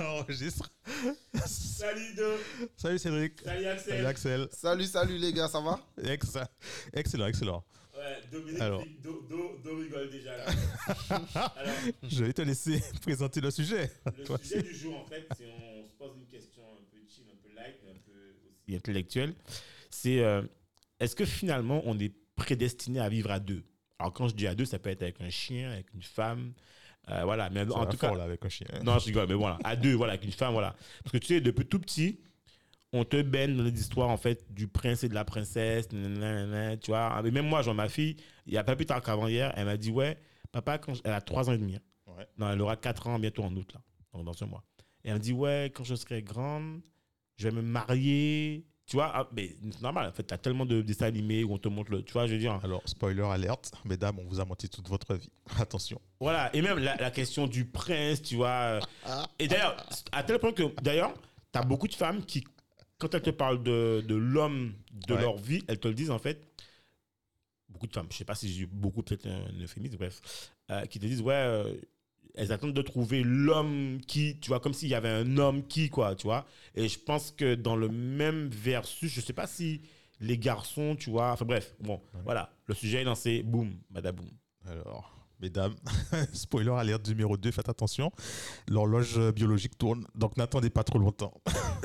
Enregistre. Salut Do. Salut Cédric. Salut Axel. Salut Axel. Salut les gars, ça va? Excellent. Ouais, Dominique, Alors. Do rigole déjà là. Alors, Je vais te laisser présenter le sujet. le sujet du jour, en fait, si on se pose une question un peu chill, un peu light, mais un peu aussi intellectuelle, c'est est-ce que finalement on est prédestiné à vivre à deux? Alors quand je dis à deux, ça peut être avec un chien, avec une femme, voilà. Mais en tout cas, là, avec un chien. non, je rigole, mais voilà, à deux, voilà, avec une femme, voilà. Parce que tu sais, depuis tout petit, on te baigne dans les histoires en fait du prince et de la princesse, nanana, tu vois. Et même moi, genre ma fille, il y a pas plus tard qu'avant-hier, elle m'a dit ouais, papa, elle a 3 ans et demi. Hein. Ouais. Non, elle aura 4 ans bientôt en août là, donc dans ce mois. Et elle me dit ouais, quand je serai grande, je vais me marier. Tu vois, mais c'est normal, en fait, tu as tellement de dessins animés où on te montre le. Tu vois, je veux dire. Alors, spoiler alerte, mesdames, on vous a menti toute votre vie. Attention. Voilà, et même la question du prince, tu vois. Et d'ailleurs, à tel point que, d'ailleurs, tu as beaucoup de femmes qui, quand elles te parlent de l'homme de leur vie, elles te le disent en fait. Beaucoup de femmes, je ne sais pas si j'ai beaucoup, peut-être un euphémisme, bref, qui te disent, ouais, elles attendent de trouver l'homme qui, tu vois, comme s'il y avait un homme qui, quoi, tu vois. Et je pense que dans le même versus, je ne sais pas si les garçons, tu vois, enfin bref, bon, voilà, le sujet est lancé, boum, badaboum. Alors, mesdames, spoiler alerte numéro 2, faites attention. L'horloge biologique tourne, donc n'attendez pas trop longtemps.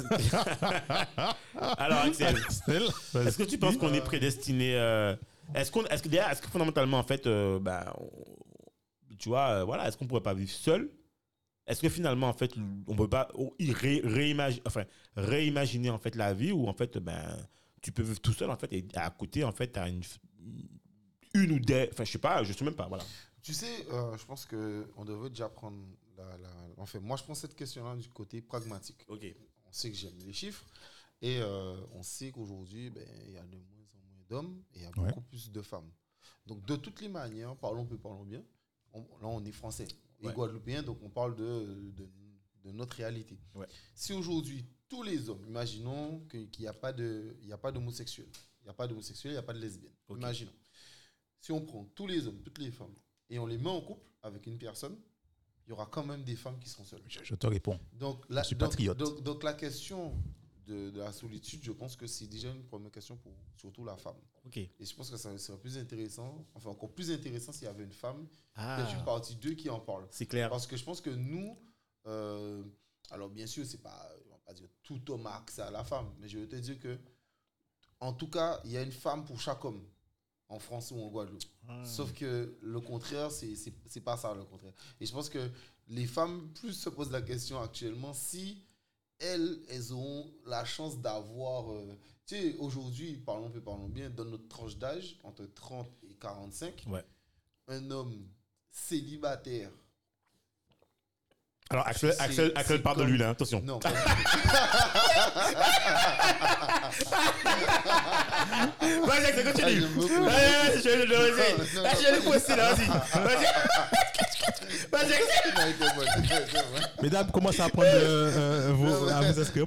Alors, Axel, est-ce que tu penses qu'on est prédestiné est-ce que fondamentalement, en fait, tu vois, voilà, est-ce qu'on ne pourrait pas vivre seul? Est-ce que finalement, en fait, on ne peut pas réimaginer en fait, la vie où, en fait, tu peux vivre tout seul, en fait, et à côté, en fait, tu as une ou des... Enfin, je sais pas, je sais même pas, voilà. Tu sais, je pense qu'on devrait déjà prendre Enfin, moi, je prends cette question-là du côté pragmatique. Ok. On sait que j'aime les chiffres et on sait qu'aujourd'hui, il y a de moins en moins d'hommes et il y a beaucoup plus de femmes. Donc, de toutes les manières, parlons bien. Là, on est français et guadeloupéens, donc on parle de notre réalité. Ouais. Si aujourd'hui, tous les hommes, imaginons qu'il n'y a pas d'homosexuels, il n'y a pas de lesbiennes. Okay. Imaginons. Si on prend tous les hommes, toutes les femmes, et on les met en couple avec une personne, il y aura quand même des femmes qui seront seules. Je te réponds. Donc, je suis patriote. Donc la question de la solitude, je pense que c'est déjà une première question pour surtout la femme. Okay. Et je pense que ça serait plus intéressant, enfin encore plus intéressant s'il y avait une femme, peut-être une partie 2 qui en parle. C'est clair. Parce que je pense que nous, alors bien sûr, on va pas dire tout homme a accès à la femme, mais je veux te dire que, en tout cas, il y a une femme pour chaque homme. En France ou en Guadeloupe. Sauf que le contraire, c'est pas ça le contraire. Et je pense que les femmes plus se posent la question actuellement si elles auront la chance d'avoir... tu sais, aujourd'hui, parlons bien, dans notre tranche d'âge, entre 30 et 45, un homme célibataire... Alors, Axel parle de lui, là, attention. Non, vas-y, Axel, continue. Je vais le pousser, là, vas-y, Axel. Mesdames, commencez à prendre à vous inscrire.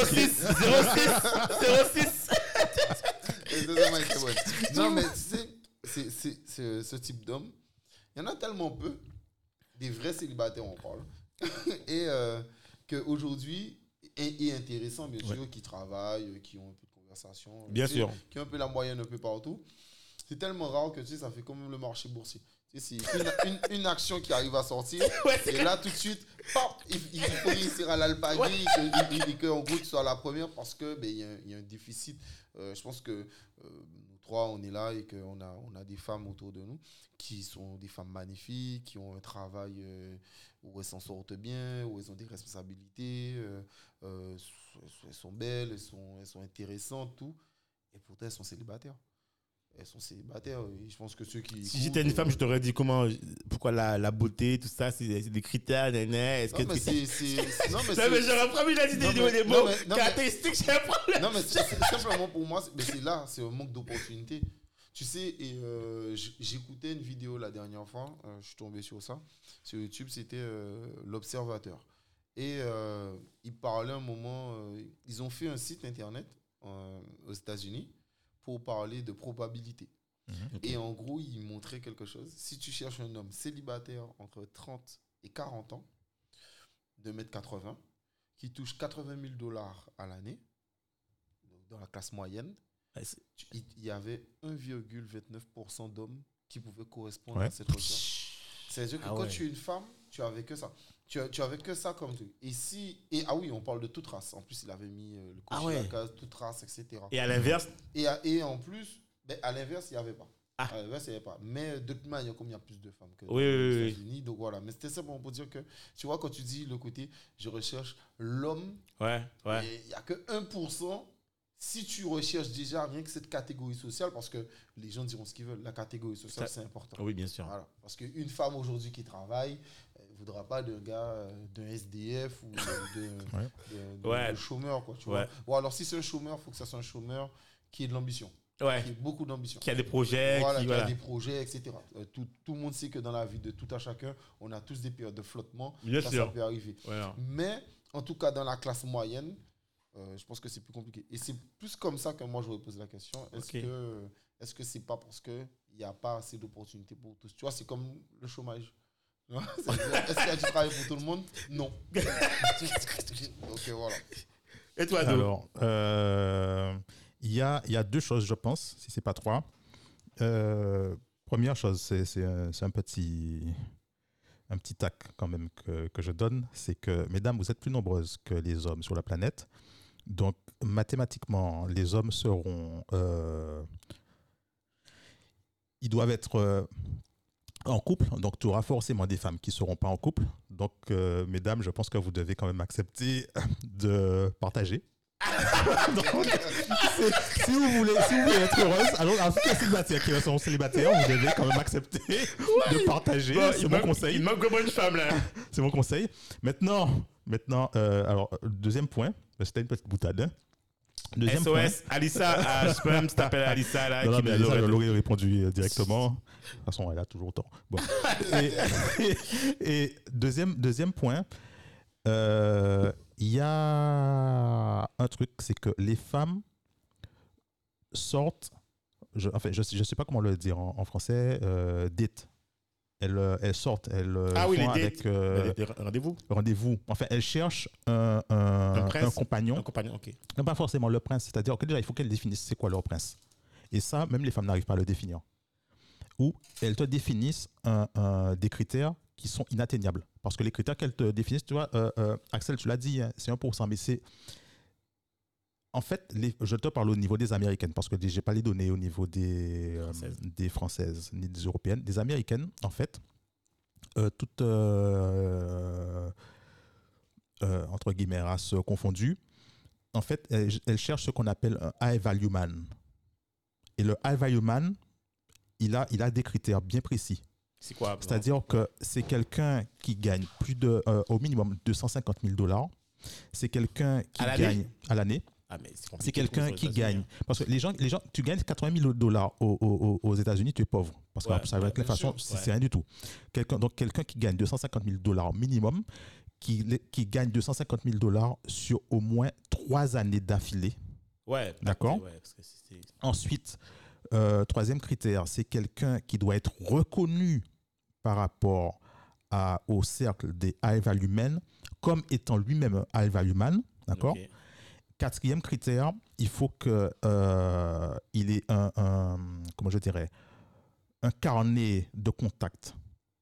06. Non, mais tu sais, ce type d'homme, il y en a tellement peu, des vrais célibataires, on parle. Et qu'aujourd'hui est intéressant, bien sûr, qui travaillent, qui ont un peu de conversation, bien sûr, qui ont un peu la moyenne un peu partout. C'est tellement rare que tu sais, ça fait comme le marché boursier. Tu sais, c'est une action qui arrive à sortir, et là tout de suite, pop, il faut réussir à l'alpaguer et qu'en gros tu sois la première parce que il y a un déficit. Je pense que nous trois on est là et qu'on a des femmes autour de nous qui sont des femmes magnifiques, qui ont un travail où elles s'en sortent bien, où elles ont des responsabilités, elles sont belles, elles sont intéressantes, tout, et pourtant elles sont célibataires. Elles sont célibataires. Et je pense que ceux qui... Si j'étais une femme, je t'aurais dit pourquoi la beauté, tout ça, c'est des critères. Est-ce que mais j'aurais promis des mots caractéristiques, j'ai un problème. Non, mais simplement pour moi, c'est un manque d'opportunité. Tu sais, et j'écoutais une vidéo la dernière fois, je suis tombé sur ça, sur YouTube, c'était l'Observateur. Et ils parlaient un moment, ils ont fait un site internet aux États-Unis pour parler de probabilité. Okay. Et en gros, il montrait quelque chose. Si tu cherches un homme célibataire entre 30 et 40 ans, de 1m80, qui touche 80 000 dollars à l'année, donc dans la classe moyenne, il y avait 1,29% d'hommes qui pouvaient correspondre à cette recherche. C'est-à-dire que quand tu es une femme, tu avais que ça. Tu avais que ça comme truc. Ah oui, on parle de toute race. En plus, il avait mis le coach la case, toute race, etc. Et à l'inverse et en plus, à l'inverse, il n'y avait pas. À l'inverse, il n'y avait pas. Mais de toute manière, comme il y a plus de femmes que aux États-Unis, donc voilà. Mais c'était simplement pour dire que, tu vois, quand tu dis le côté, je recherche l'homme, il n'y a que 1%. Si tu recherches déjà rien que cette catégorie sociale, parce que les gens diront ce qu'ils veulent, la catégorie sociale, c'est important. Oui, bien sûr. Voilà. Parce qu'une femme aujourd'hui qui travaille ne voudra pas d'un gars, d'un SDF ou d'un chômeur, quoi, tu vois. Ou alors, si c'est un chômeur, il faut que ça soit un chômeur qui ait de l'ambition. Qui ait beaucoup d'ambition. Qui a des projets. Qui a des projets, etc. Tout le monde sait que dans la vie de tout à chacun, on a tous des périodes de flottement. Bien sûr. Ça peut arriver. Voilà. Mais, en tout cas, dans la classe moyenne, je pense que c'est plus compliqué. Et c'est plus comme ça que moi, je repose la question. Est-ce que c'est pas parce qu'il n'y a pas assez d'opportunités pour tous? Tu vois, c'est comme le chômage. Est-ce qu'il y a du travail pour tout le monde? Non. Donc voilà. Et toi, alors, il y a deux choses, je pense, si c'est pas trois. Première chose, c'est un petit tac quand même que je donne, c'est que, mesdames, vous êtes plus nombreuses que les hommes sur la planète. Donc, mathématiquement, les hommes seront... ils doivent être en couple. Donc, tu auras forcément des femmes qui ne seront pas en couple. Donc, mesdames, je pense que vous devez quand même accepter de partager. Donc, si vous voulez être heureuse, alors en tout cas célibataires qui sont célibataires, vous devez quand même accepter de partager. C'est mon conseil. Il manque comme une femme là. C'est mon conseil. Maintenant, alors deuxième point, c'était une petite boutade. Hein. Deuxième SOS, point. Alissa, je peux même t'appeler Alissa là. Non, qui mais Alissa, elle aurait répondu directement. De toute façon, elle a toujours temps. Bon. et deuxième point. Il y a un truc, c'est que les femmes sortent, je ne sais pas comment le dire en français, date. Elles sortent, elles font avec des rendez-vous. Rendez-vous. Enfin, elles cherchent un compagnon. Un compagnon, ok. Non, pas forcément le prince, c'est-à-dire que déjà, il faut qu'elles définissent c'est quoi leur prince. Et ça, même les femmes n'arrivent pas à le définir. Ou elles te définissent des critères qui sont inatteignables. Parce que les critères qu'elles te définissent, tu vois, Axel, tu l'as dit, hein, c'est 1%, mais c'est... En fait, je te parle au niveau des Américaines, parce que je n'ai pas les données au niveau des Françaises, ni des Européennes. Des Américaines, en fait, toutes, entre guillemets, races confondues, en fait, elles cherchent ce qu'on appelle un high value man. Et le high value man, il a des critères bien précis. C'est quoi? C'est-à-dire que c'est quelqu'un qui gagne au minimum 250 000 $. C'est quelqu'un qui gagne à l'année. Ah, mais c'est quelqu'un qui gagne. Parce que les gens, tu gagnes 80 000 $ aux États-Unis, tu es pauvre. Parce que avec l'inflation, c'est rien du tout. Donc, quelqu'un qui gagne 250 000 $ minimum, qui gagne 250 000 $ sur au moins 3 années d'affilée. Ouais. D'accord. Ensuite, troisième critère, c'est quelqu'un qui doit être reconnu par rapport au cercle des high value men comme étant lui-même un high value man. D'accord. Okay. Quatrième critère, il faut qu'il ait comment je dirais, un carnet de contact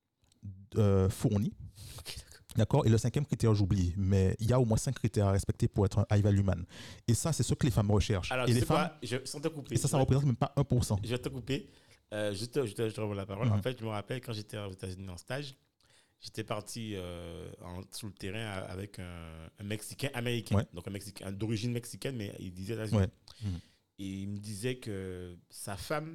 fourni. Okay, d'accord. Et le cinquième critère, j'oublie, mais il y a au moins 5 critères à respecter pour être un high value man. Et ça, c'est ce que les femmes recherchent. Alors, et les femmes, sans te couper. Et ça représente même pas 1%. Je vais te couper. Je te revois la parole. En fait, je me rappelle quand j'étais aux États-Unis en stage, j'étais parti sur le terrain avec un Mexicain américain, donc un Mexicain d'origine mexicaine, mais il disait États-Unis. Et il me disait que sa femme,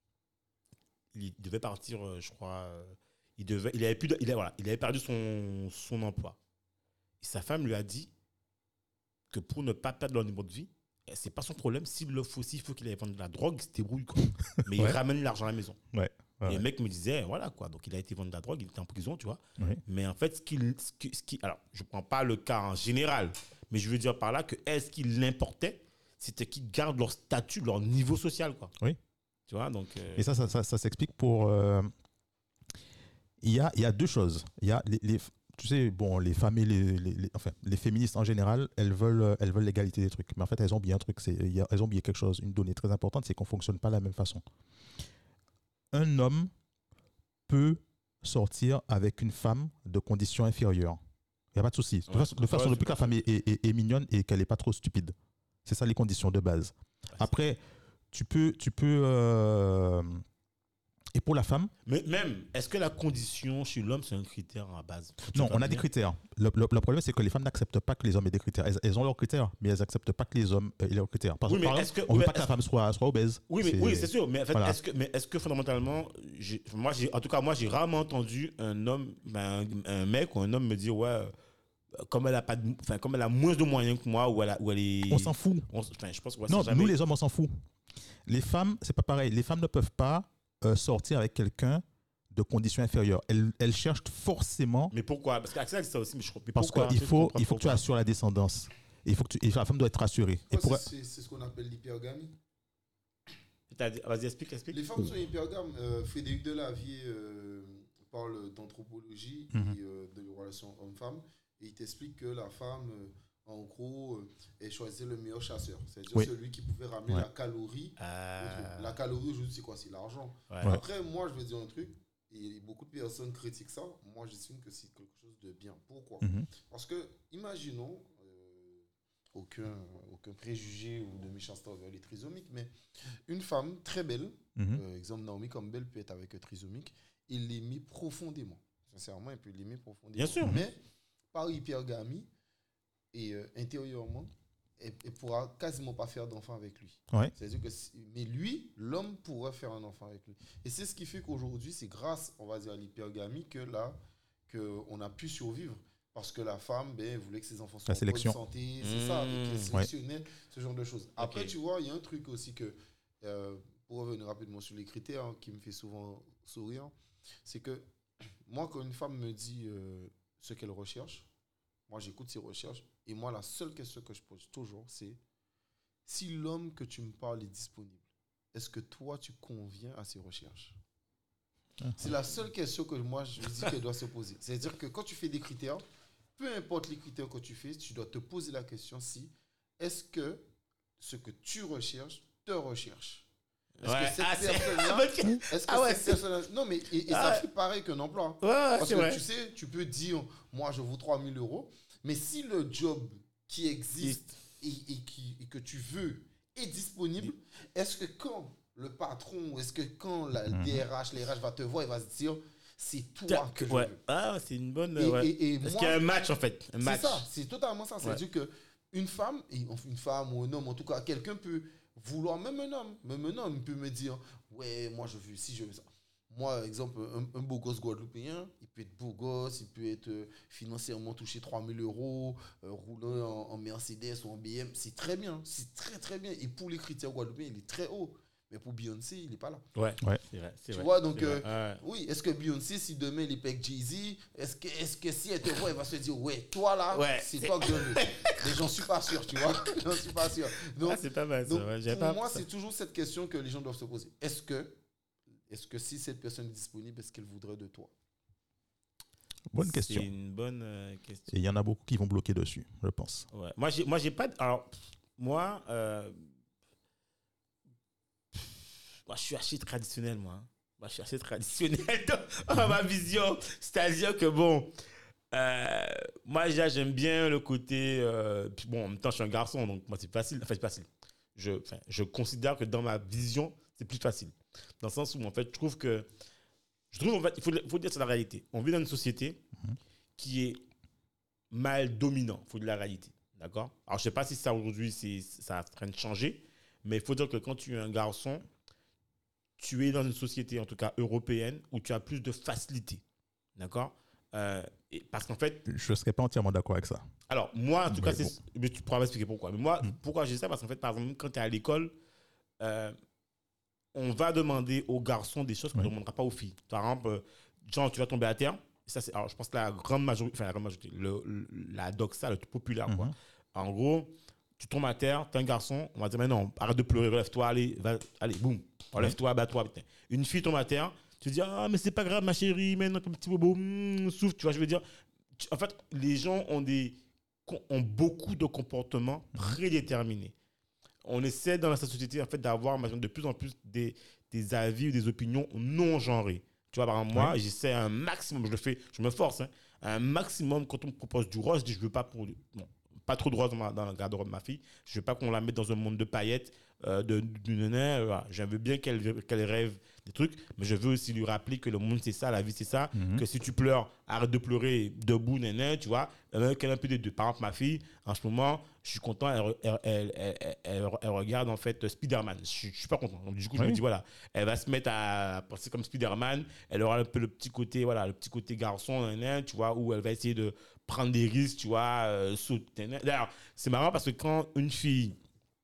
il devait partir, je crois, il avait perdu son emploi. Et sa femme lui a dit que pour ne pas perdre leur niveau de vie, c'est pas son problème. S'il faut qu'il aille vendre de la drogue, il se débrouille, quoi. Mais il ramène l'argent à la maison. Et le mec me disait, voilà, quoi. Donc, il a été vendre de la drogue, il était en prison, tu vois. Mais en fait, alors, je prends pas le cas en général, mais je veux dire par là que ce qui l'importait, c'était qu'ils gardent leur statut, leur niveau social, quoi. Oui. Tu vois, donc... Et ça s'explique pour... Il y a deux choses. Il y a tu sais, bon, les femmes et enfin, les féministes en général, elles veulent l'égalité des trucs. Mais en fait, elles ont oublié un truc, elles ont oublié quelque chose, une donnée très importante, c'est qu'on ne fonctionne pas de la même façon. Un homme peut sortir avec une femme de condition inférieure. Il n'y a pas de souci. De façon, depuis que la femme est mignonne et qu'elle n'est pas trop stupide. C'est ça les conditions de base. Après, tu peux et pour la femme. Mais même, est-ce que la condition chez l'homme, c'est un critère à base? Non, on a des critères. Le problème, c'est que les femmes n'acceptent pas que les hommes aient des critères. Elles ont leurs critères, mais elles n'acceptent pas que les hommes aient leurs critères. Parce que, on ne veut pas que la femme soit obèse. Oui, c'est sûr. Mais en fait, voilà. est-ce que fondamentalement, en tout cas, moi, j'ai rarement entendu un homme, un mec ou un homme me dire, ouais, comme elle a moins de moyens que moi, ou elle est. On s'en fout. Je pense que non, nous les hommes, on s'en fout. Les femmes, c'est pas pareil. Les femmes ne peuvent pas sortir avec quelqu'un de condition inférieure. Elles cherchent forcément. Mais pourquoi? Parce qu'Axel dit ça aussi, mais je crois. Parce qu'il faut que tu assures la descendance. Et la femme doit être rassurée. C'est ce qu'on appelle l'hypergamie. Vas-y, explique. Les femmes sont hypergames. Frédéric Delavier parle d'anthropologie et de relations homme-femme. Et il t'explique que la femme, en gros, elle choisissait le meilleur chasseur. C'est-à-dire celui qui pouvait ramener la calorie. La calorie, aujourd'hui, c'est quoi? C'est l'argent. Ouais. Après, moi, je veux dire un truc. Et beaucoup de personnes critiquent ça. Moi, j'estime que c'est quelque chose de bien. Pourquoi? Parce que, imaginons, aucun préjugé ou de méchanceté envers les trisomiques, mais une femme très belle, exemple Naomi Campbell peut être avec un trisomique, il l'aimait profondément. Sincèrement, il peut l'aimer profondément. Bien sûr. Mais par hypergamie et intérieurement, elle ne pourra quasiment pas faire d'enfant avec lui. Ouais. C'est-à-dire que mais lui, l'homme pourrait faire un enfant avec lui. Et c'est ce qui fait qu'aujourd'hui, c'est grâce, on va dire, à l'hypergamie qu'on a pu survivre. Parce que la femme, elle voulait que ses enfants soient en bonne santé, c'est ça, qu'elle sélectionnait ce genre de choses. Après, tu vois, il y a un truc aussi que, pour revenir rapidement sur les critères qui me fait souvent sourire, c'est que moi, quand une femme me dit ce qu'elle recherche, moi, j'écoute ses recherches. Et moi, la seule question que je pose toujours, c'est si l'homme que tu me parles est disponible, est-ce que toi, tu conviens à ses recherches? C'est la seule question que moi, je dis qu'elle doit se poser. C'est-à-dire que quand tu fais des critères, peu importe les critères que tu fais, tu dois te poser la question si est-ce que ce que tu recherches te recherche? Est-ce que cette personne-là... Non, mais ça fait pareil qu'un emploi. Parce que tu sais, tu peux dire, moi, je vaux 3 000 €, mais si le job qui existe et que tu veux est disponible, est-ce que quand le patron, est-ce que quand la DRH, l'RH va te voir, il va se dire, c'est toi que je veux. Ah, c'est une bonne... Est-ce qu'il y a un match, en fait? C'est ça, c'est totalement ça. C'est-à-dire qu'une femme ou un homme, en tout cas, quelqu'un peut vouloir, même un homme peut me dire, ouais, moi, je veux ci, je veux ça. Moi, exemple, un beau gosse guadeloupéen, il peut être beau gosse, il peut être financièrement touché 3 000 €, rouler en Mercedes ou en BM. C'est très bien, c'est très, très bien. Et pour les critères guadeloupéens, il est très haut. Mais pour Beyoncé, il n'est pas là. Ouais, c'est vrai. Tu vois, donc, oui, est-ce que Beyoncé, si demain, il est avec Jay-Z, est-ce que si elle te voit, elle va se dire, ouais, toi là, c'est toi que je veux. Mais j'en suis pas sûr, tu vois. J'en suis pas sûr. Donc, c'est pas mal, donc, pour moi, c'est toujours cette question que les gens doivent se poser. Est-ce que si cette personne est disponible, est-ce qu'elle voudrait de toi? Bonne question. C'est une bonne question. Et il y en a beaucoup qui vont bloquer dessus, je pense. Ouais. Moi, j'ai pas... Alors, moi, je suis assez traditionnel, moi. Je suis assez traditionnel dans ma vision. C'est-à-dire que, bon... moi, j'aime bien le côté... puis bon, en même temps, je suis un garçon, donc moi, c'est facile. Enfin, c'est facile. Je considère que dans ma vision, c'est plus facile. Dans le sens où, en fait, je trouve, en fait, il faut dire c'est la réalité. On vit dans une société qui est mal dominante. Il faut dire la réalité. D'accord? Alors, je ne sais pas si ça, aujourd'hui, ça est en train de changer, mais il faut dire que quand tu es un garçon, tu es dans une société, en tout cas européenne, où tu as plus de facilité. D'accord? Parce qu'en fait... Je ne serais pas entièrement d'accord avec ça. Alors, moi, en tout cas, mais tu pourras m'expliquer pourquoi. Mais moi, pourquoi je dis ça? Parce qu'en fait, par exemple, quand tu es à l'école, on va demander aux garçons des choses qu'on ne demandera pas aux filles. Par exemple, genre, tu vas tomber à terre. Ça, alors, je pense que la grande majorité, la doxa, le plus populaire, quoi. En gros, tu tombes à terre, tu es un garçon, on va dire, mais non, arrête de pleurer, relève-toi, allez, boum, relève-toi, bats-toi. Putain. Une fille tombe à terre, tu dis, ah, mais c'est pas grave, ma chérie, mais non, ton petit bobo, souffle, tu vois, je veux dire, En fait, les gens ont beaucoup de comportements prédéterminés. On essaie dans la société en fait, d'avoir de plus en plus des avis ou des opinions non genrées. Tu vois, par exemple, moi, j'essaie un maximum, je me force, hein, un maximum quand on me propose du rose, je dis, je veux pas pas trop de rose dans le garde-robe de ma fille. Je veux pas qu'on la mette dans un monde de paillettes, du nanan. Voilà. J'aimerais bien qu'elle rêve des trucs, mais je veux aussi lui rappeler que le monde c'est ça, la vie c'est ça, que si tu pleures, arrête de pleurer debout, nanan, tu vois. Qu'elle a un peu des deux. Par exemple, ma fille, en ce moment, je suis content, elle regarde en fait Spider-Man. Je suis pas content. Donc, du coup, je me dis, voilà, elle va se mettre à penser comme Spider-Man, elle aura un peu le petit côté garçon, nanan, tu vois, où elle va essayer de prendre des risques, tu vois, sauter. D'ailleurs, c'est marrant parce que quand une fille,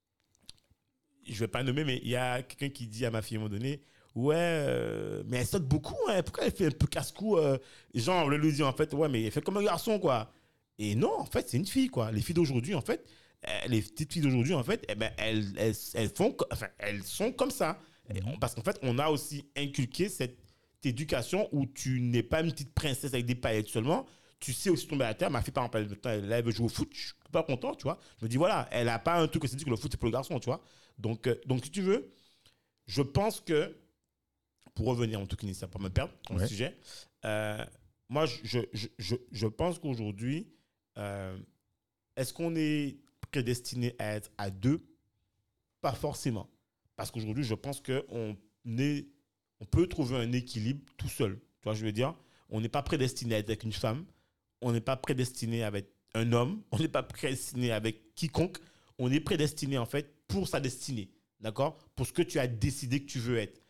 je vais pas nommer, mais il y a quelqu'un qui dit à ma fille à un moment donné, ouais, mais elle saute beaucoup, hein, pourquoi elle fait un peu casse-cou genre, on lui dit en fait, ouais, mais elle fait comme un garçon, quoi. Et non, en fait, c'est une fille, quoi. Les filles d'aujourd'hui, en fait, les petites filles d'aujourd'hui, en fait, eh ben, elles sont comme ça. Parce qu'en fait, on a aussi inculqué cette éducation où tu n'es pas une petite princesse avec des paillettes seulement. Tu sais aussi tomber à terre. Ma fille, par exemple, elle veut jouer au foot. Je suis pas content, tu vois. Je me dis, voilà, elle n'a pas un truc qui se dit que le foot, c'est pour le garçon, tu vois. Donc, si tu veux, je pense que, pour revenir en tout cas, ça pour me perdre dans le sujet, moi, je pense qu'aujourd'hui, est-ce qu'on est prédestiné à être à deux? Pas forcément. Parce qu'aujourd'hui, je pense qu'on peut trouver un équilibre tout seul. Tu vois, je veux dire, on n'est pas prédestiné à être avec une femme, on n'est pas prédestiné avec un homme, on n'est pas prédestiné avec quiconque, on est prédestiné en fait pour sa destinée, d'accord? Pour ce que tu as décidé que tu veux être.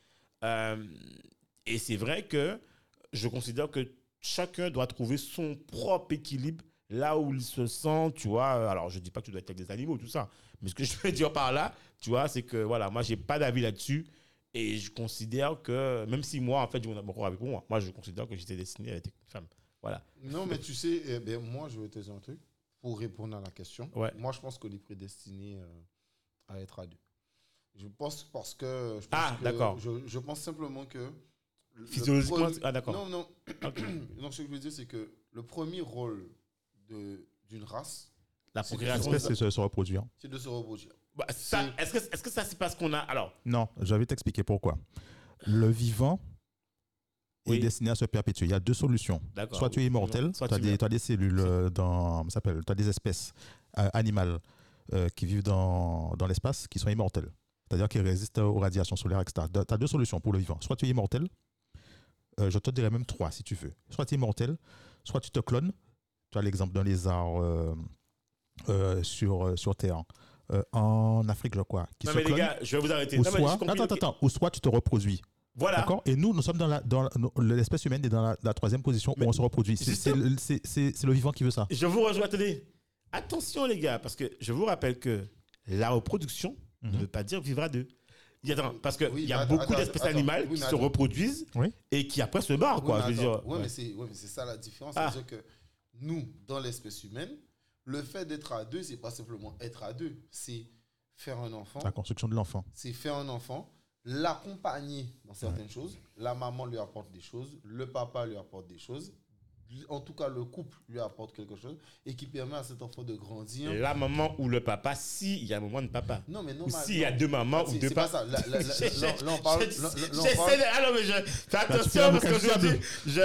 Et c'est vrai que je considère que chacun doit trouver son propre équilibre là où il se sent, tu vois. Alors, je ne dis pas que tu dois être avec des animaux, tout ça. Mais ce que je veux dire par là, tu vois, c'est que, voilà, moi, je n'ai pas d'avis là-dessus. Et je considère que, même si moi, en fait, je m'en d'accord avec moi, je considère que j'étais destiné à être une femme. Voilà. Non, mais tu sais, moi, je vais te dire un truc pour répondre à la question. Ouais. Moi, je pense qu'on est prédestiné à être à deux. Je pense parce que... d'accord. Je pense simplement que... Physiologiquement, d'accord. Non. Okay. Donc, ce que je veux dire, c'est que le premier rôle d'une race... La procréation, c'est de se reproduire. C'est de se reproduire. Bah, est-ce que ça, c'est parce qu'on a... Alors... Non, je vais t'expliquer pourquoi. Le vivant est destiné à se perpétuer. Il y a deux solutions. D'accord. Soit tu es immortel, tu as des cellules, tu as des espèces animales qui vivent dans l'espace qui sont immortelles. C'est-à-dire qui résistent aux radiations solaires, etc. Tu as deux solutions pour le vivant. Soit tu es immortel, je te dirais même trois si tu veux. Soit tu es immortel, soit tu te clones. Tu as l'exemple d'un lézard sur Terre. En Afrique, je crois. Non, mais les gars, je vais vous arrêter. Ou soit tu te reproduis. Voilà. D'accord. Et nous sommes dans l'espèce humaine est dans la troisième position où on se reproduit. C'est le vivant qui veut ça. Je vous rejoins. Attendez. Attention, les gars, parce que je vous rappelle que la reproduction ne veut pas dire vivre à deux. Parce qu'il y a beaucoup d'espèces animales qui se reproduisent et qui après se barrent. Mais c'est ça la différence. C'est-à-dire que nous, dans l'espèce humaine, le fait d'être à deux, c'est pas simplement être à deux, c'est faire un enfant. La construction de l'enfant. C'est faire un enfant, l'accompagner dans certaines choses. La maman lui apporte des choses, le papa lui apporte des choses. En tout cas, le couple lui apporte quelque chose et qui permet à cet enfant de grandir. La maman ou le papa, s'il y a un moment de papa. Non, mais non. Ou s'il y a deux mamans ou deux papas. C'est pas ça. Là, on parle. Alors, mais fais attention parce qu'aujourd'hui.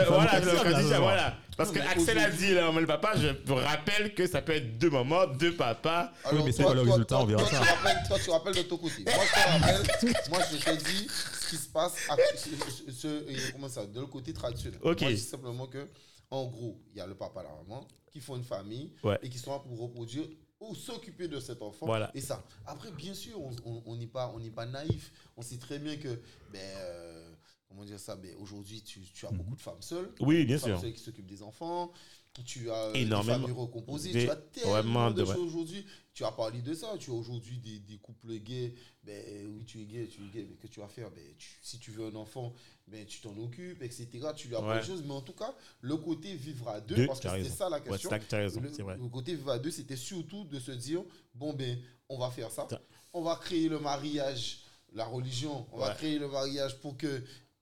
Voilà. Parce que Axel a dit la maman et le papa, je vous rappelle que ça peut être deux mamans, deux papas. Oui, mais c'est quoi le résultat? On verra ça. Toi, tu rappelles de ton côté. Moi, je te rappelle. Moi, je te dis ce qui se passe de le côté traditionnel. Ok. Moi, je dis simplement que. En gros, il y a le papa et la maman qui font une famille et qui sont là pour reproduire ou s'occuper de cet enfant. Voilà. Et ça. Après, bien sûr, on n'est pas naïf. On sait très bien que, comment dire ça, aujourd'hui, tu as beaucoup de femmes seules. Oui, bien sûr. Femmes seules qui s'occupent des enfants. Tu as énormément des familles recomposées. Tu as tellement de choses aujourd'hui. Tu as parlé de ça. Tu as aujourd'hui des couples gays. Oui, tu es gay, mais que tu vas faire si tu veux un enfant, tu t'en occupes, etc. Tu lui apprends des choses. Mais en tout cas, le côté vivre à deux, parce que c'était ça la question. Le côté vivre à deux, c'était surtout de se dire, on va faire ça. On va créer le mariage, la religion. On va créer le mariage pour que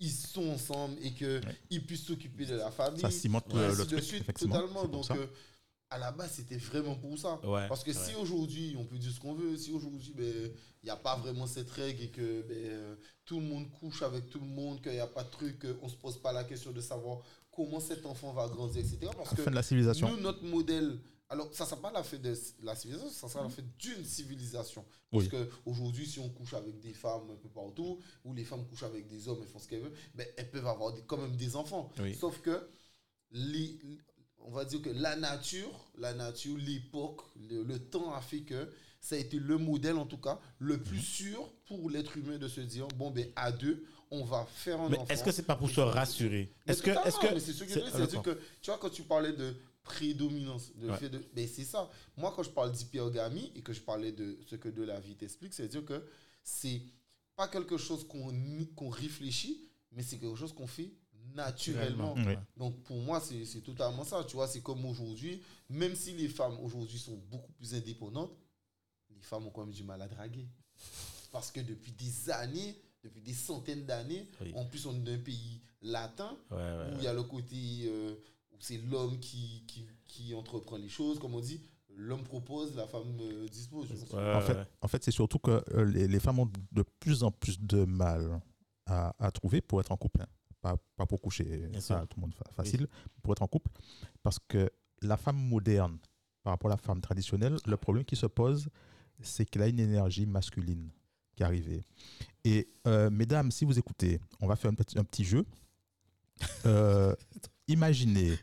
ils sont ensemble et qu'ils puissent s'occuper de la famille. Ça cimente le truc, suite, effectivement. totalement. Donc, à la base, c'était vraiment pour ça. Ouais, Parce que si aujourd'hui, on peut dire ce qu'on veut, si aujourd'hui, il n'y a pas vraiment cette règle et que tout le monde couche avec tout le monde, qu'il n'y a pas de truc, on ne se pose pas la question de savoir comment cet enfant va grandir, etc. Parce que fin de la civilisation. nous, notre modèle... Alors, ça ne sera pas la fin de la civilisation, ça sera la fin d'une civilisation. Parce qu'aujourd'hui, si on couche avec des femmes un peu partout, ou les femmes couchent avec des hommes et font ce qu'elles veulent, elles peuvent avoir quand même des enfants. Oui. Sauf que, on va dire que la nature, l'époque, le temps a fait que ça a été le modèle, en tout cas, le plus sûr pour l'être humain de se dire, à deux, on va faire un enfant. Mais est-ce que c'est pas pour se rassurer? Mais c'est ce que c'est-à-dire que, tu vois, quand tu parlais de prédominance, fait de, c'est ça. Moi, quand je parle d'hypergamie et que je parlais de ce que De La Vie t'explique, c'est-à-dire que c'est pas quelque chose qu'on réfléchit, mais c'est quelque chose qu'on fait naturellement. Oui. Donc, pour moi, c'est totalement ça. Tu vois, c'est comme aujourd'hui, même si les femmes aujourd'hui sont beaucoup plus indépendantes, les femmes ont quand même du mal à draguer. Parce que depuis des années, depuis des centaines d'années, en plus, on est dans un pays latin, où il y a le côté... où c'est l'homme qui entreprend les choses, comme on dit, l'homme propose, la femme dispose. En fait, c'est surtout que les femmes ont de plus en plus de mal à trouver pour être en couple. Pas pour coucher, ça, tout le monde facile, pour être en couple. Parce que la femme moderne, par rapport à la femme traditionnelle, le problème qui se pose, c'est qu'elle a une énergie masculine qui est arrivée. Et mesdames, si vous écoutez, on va faire un petit jeu. Imaginez,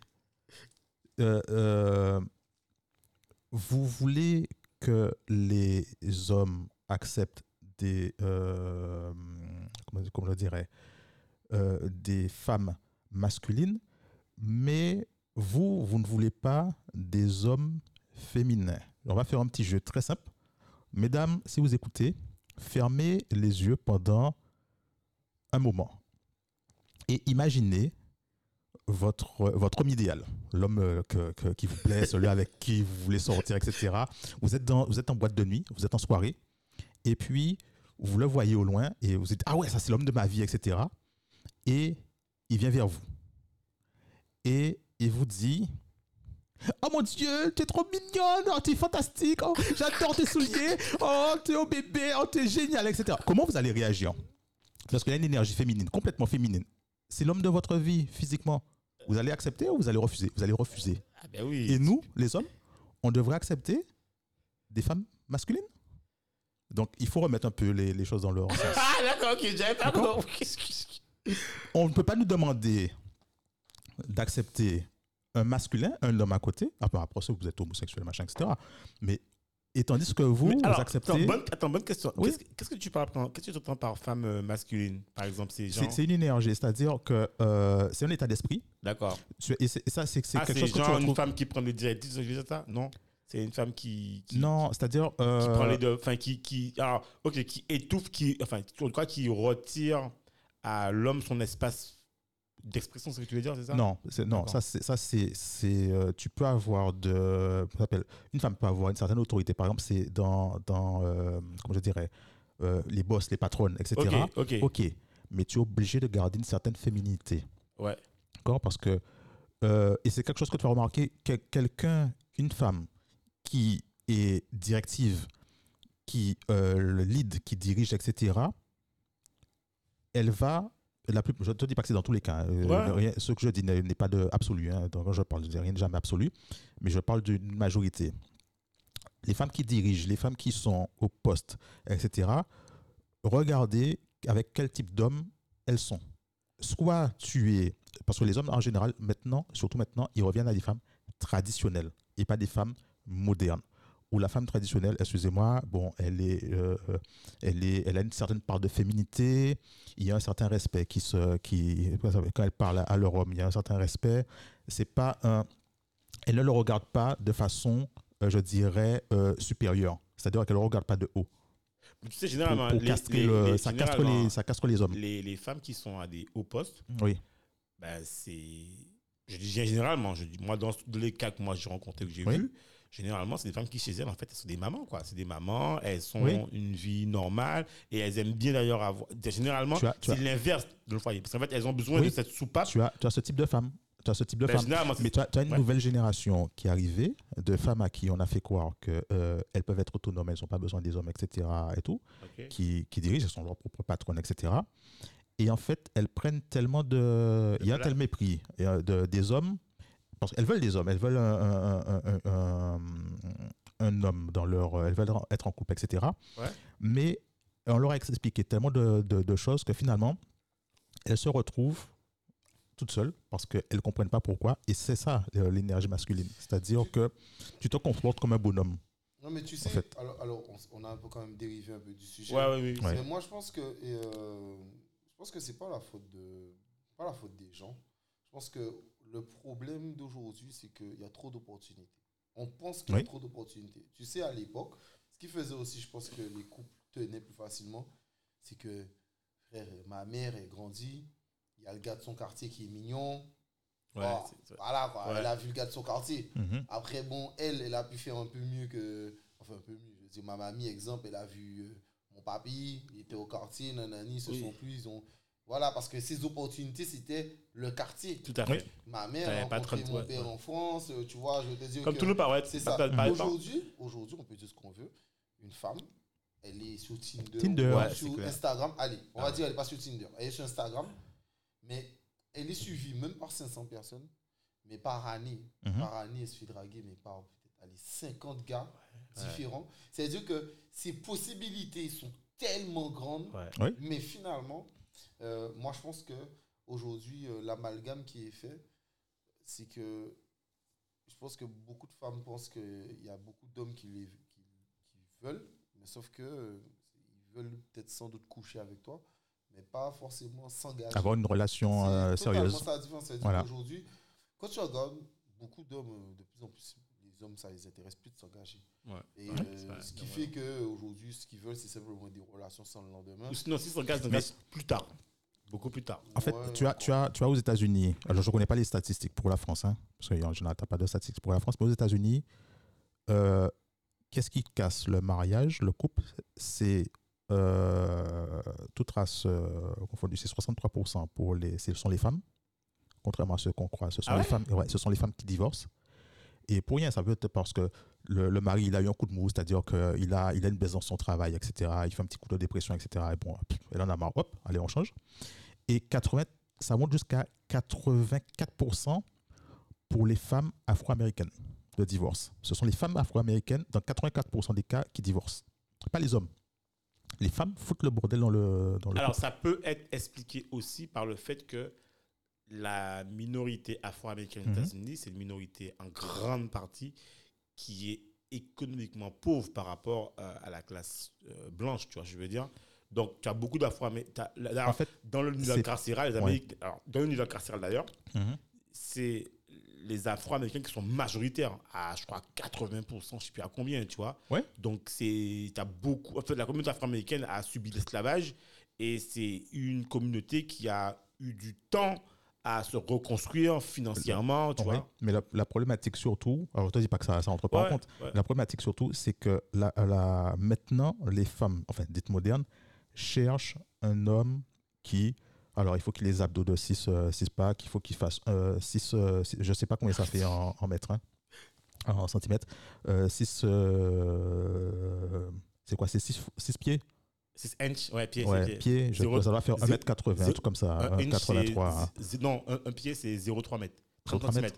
vous voulez que les hommes acceptent des, comment je dirais, des femmes masculines, mais vous ne voulez pas des hommes féminins. On va faire un petit jeu très simple. Mesdames, si vous écoutez, fermez les yeux pendant un moment et imaginez votre homme idéal, l'homme qui vous plaît, celui avec qui vous voulez sortir, etc. Vous êtes en boîte de nuit, vous êtes en soirée, et puis vous le voyez au loin, et vous dites « Ah ouais, ça c'est l'homme de ma vie, etc. » Et il vient vers vous. Et il vous dit « Oh mon Dieu, tu es trop mignonne, oh, tu es fantastique, oh, j'adore tes souliers, oh, tu es un bébé, oh, tu es génial, etc. » Comment vous allez réagir? Parce qu'il y a une énergie féminine, complètement féminine. C'est l'homme de votre vie, physiquement. Vous allez accepter ou vous allez refuser? Vous allez refuser. Ah ben oui. Et nous, les hommes, on devrait accepter des femmes masculines. Donc, il faut remettre un peu les choses dans leur sens. Ah d'accord, ok, j'avais pas compris. On ne peut pas nous demander d'accepter un masculin, un homme à côté. Après, ça, vous êtes homosexuel, machin, etc. Mais et tandis que vous acceptez... Bonne question. Oui. Qu'est-ce que tu entends par femme masculine, par exemple? C'est une énergie, c'est-à-dire que c'est un état d'esprit. D'accord. Et ça, c'est quelque chose que tu genre retrouves... une femme qui prend le directives, je veux dire ça? Non. C'est une femme qui non, c'est-à-dire... qui prend les deux... Enfin, qui étouffe, qui retire à l'homme son espace d'expression, c'est ce que tu veux dire, c'est ça? Non, tu peux avoir une femme peut avoir une certaine autorité. Par exemple, c'est dans comment je dirais, les boss, les patronnes, etc. Ok. Mais tu es obligé de garder une certaine féminité. Ouais. D'accord? Parce que et c'est quelque chose que tu vas remarquer, une femme qui est directive, qui lead, qui dirige, etc. Elle va... je ne te dis pas que c'est dans tous les cas. Ce que je dis n'est pas absolu. Donc, je parle de rien de jamais absolu. Mais je parle d'une majorité. Les femmes qui dirigent, les femmes qui sont au poste, etc., regardez avec quel type d'homme elles sont. Soit tu es... Parce que les hommes, en général, surtout maintenant, ils reviennent à des femmes traditionnelles et pas des femmes modernes. Où la femme traditionnelle, excusez-moi, bon, elle a une certaine part de féminité, il y a un certain respect quand elle parle à leur homme, il y a un certain respect. Elle ne le regarde pas de façon, je dirais, supérieure. C'est-à-dire qu'elle ne le regarde pas de haut. Tu sais, généralement, ça castre les hommes. Les femmes qui sont à des hauts postes, oui. Ben je dis généralement, moi, dans les cas que moi j'ai rencontrés, que j'ai vus, généralement, c'est des femmes qui, chez elles, en fait, elles sont des mamans, quoi. C'est des mamans, elles ont Oui. une vie normale et elles aiment bien d'ailleurs avoir. Généralement, c'est l'inverse de le foyer. Parce qu'en fait, elles ont besoin de cette soupape. Tu as ce type de femme. Tu as ce type de femme. Mais tu as une nouvelle génération qui est arrivée, de femmes à qui on a fait croire qu'elles peuvent être autonomes, elles n'ont pas besoin des hommes, etc. et tout, qui dirigent, elles sont leurs propres patronnes, etc. Et en fait, elles prennent tellement de... Il y a un tel mépris des hommes, parce qu'elles veulent des hommes, elles veulent un homme dans leur... Elles veulent être en couple, etc. Mais on leur a expliqué tellement de choses que finalement, elles se retrouvent toutes seules parce qu'elles ne comprennent pas pourquoi. Et c'est ça, l'énergie masculine. C'est-à-dire que tu te comportes comme un bonhomme. Non, mais tu sais, en fait. alors on a un peu quand même dérivé un peu du sujet. Oui. Mais moi, je pense que c'est pas la faute des gens. Je pense que le problème d'aujourd'hui, c'est qu'il y a trop d'opportunités. On pense qu'il y a trop d'opportunités. Tu sais, à l'époque, ce qui faisait aussi, je pense que les couples tenaient plus facilement, c'est que, frère, ma mère est grandie. Il y a le gars de son quartier qui est mignon. Voilà, quoi. Elle a vu le gars de son quartier. Après, bon, elle a pu faire un peu mieux que... Enfin, un peu mieux. Je veux dire, ma mamie, exemple, elle a vu mon papy, il était au quartier, nanani, ils se sont plus, ils ont... Voilà, parce que ces opportunités, c'était le quartier. Tout à fait. Ma mère a rencontré mon père en France, tu vois, je te dis comme tout le monde, c'est ça. Aujourd'hui, on peut dire ce qu'on veut. Une femme, elle est sur Tinder sur Instagram. Allez, on va dire elle n'est pas sur Tinder. Elle est sur Instagram. Mais elle est suivie même par 500 personnes, mais par année. Par année, elle se fait draguer, mais par peut-être 50 gars différents. C'est-à-dire que ses possibilités sont tellement grandes, mais finalement, moi je pense qu'aujourd'hui, l'amalgame qui est fait, c'est que je pense que beaucoup de femmes pensent qu'il y a beaucoup d'hommes qui veulent, mais sauf qu'ils veulent peut-être sans doute coucher avec toi, mais pas forcément s'engager. Avoir une relation sérieuse. C'est totalement ça la différence. C'est-à-dire qu'aujourd'hui, quand tu regardes beaucoup d'hommes, de plus en plus, les hommes, ça les intéresse plus de s'engager. Et ce qui fait qu'aujourd'hui, ce qu'ils veulent, c'est simplement des relations sans le lendemain. Ou sinon, s'ils s'engagent plus tard. Beaucoup plus tard. En fait, tu as aux États-Unis, alors je ne connais pas les statistiques pour la France, parce qu'en général, tu n'as pas de statistiques pour la France, mais aux États-Unis, qu'est-ce qui casse le mariage, le couple? C'est toute race confondue, c'est 63% ce sont les femmes, contrairement à ce qu'on croit. Ce sont les femmes qui divorcent. Et pour rien, ça veut être parce que le mari, il a eu un coup de mou, c'est-à-dire qu'il a une baisse dans son travail, etc. Il fait un petit coup de dépression, etc. Et bon, elle en a marre, hop, allez, on change. Et ça monte jusqu'à 84% pour les femmes afro-américaines de divorce. Ce sont les femmes afro-américaines, dans 84% des cas, qui divorcent. Pas les hommes. Les femmes foutent le bordel dans le Alors, ça peut être expliqué aussi par le fait que la minorité afro-américaine aux États-Unis, c'est une minorité en grande partie qui est économiquement pauvre par rapport à la classe blanche, tu vois, je veux dire. Donc, tu as beaucoup d'afro-américains. En fait, dans le niveau carcéral, dans le niveau carcéral d'ailleurs, c'est les afro-américains qui sont majoritaires à, je crois, 80%, je ne sais plus à combien, tu vois. Donc, t'as beaucoup... En fait, la communauté afro-américaine a subi l'esclavage et c'est une communauté qui a eu du temps à se reconstruire financièrement, tu vois. Mais la problématique surtout, alors je ne te dis pas que ça entre pas en compte, la problématique surtout, c'est que maintenant, les femmes, enfin, dites modernes, cherchent un homme qui... Alors, il faut qu'il ait les abdos de 6 packs, il faut qu'il fasse 6, je ne sais pas combien ça fait en mètres, en centimètres. 6, c'est quoi, c'est 6 pieds 6 inches, pieds. Pieds, ça va faire 1m80, un truc comme ça, 83. Non, un pied, c'est 0,3 mètres. 30 cm.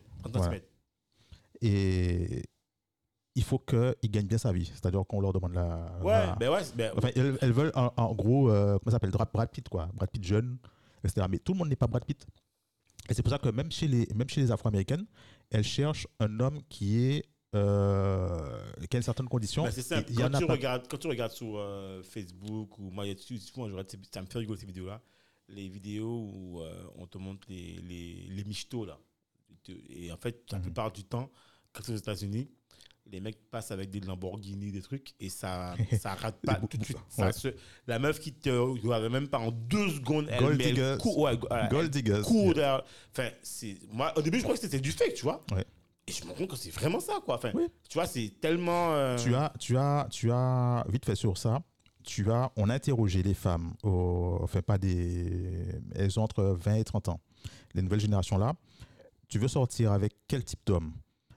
Et il faut qu'ils gagnent bien sa vie. C'est-à-dire qu'on leur demande enfin, elles veulent, en gros, comment ça s'appelle, Brad Pitt, quoi. Brad Pitt jeune, etc. Mais tout le monde n'est pas Brad Pitt. Et c'est pour ça que même chez les Afro-Américaines, elles cherchent un homme qui a une certaine condition. C'est ça. Quand tu regardes sur Facebook ou moi, ça me fait rigoler ces vidéos-là. Les vidéos où on te montre les michtos, là. Et en fait, la plupart du temps, quand c'est aux États-Unis, les mecs passent avec des Lamborghini, des trucs, et ça rate pas tout de suite. La meuf qui te regarde même pas en 2 secondes, Gold diggers. Enfin, moi, au début, je crois que c'était du fake, tu vois. Et je me rends compte que c'est vraiment ça, quoi. Enfin, Oui. tu vois, c'est tellement... Tu as, vite fait sur ça, on a interrogé les femmes, elles ont entre 20 et 30 ans. Les nouvelles générations là, tu veux sortir avec quel type d'homme?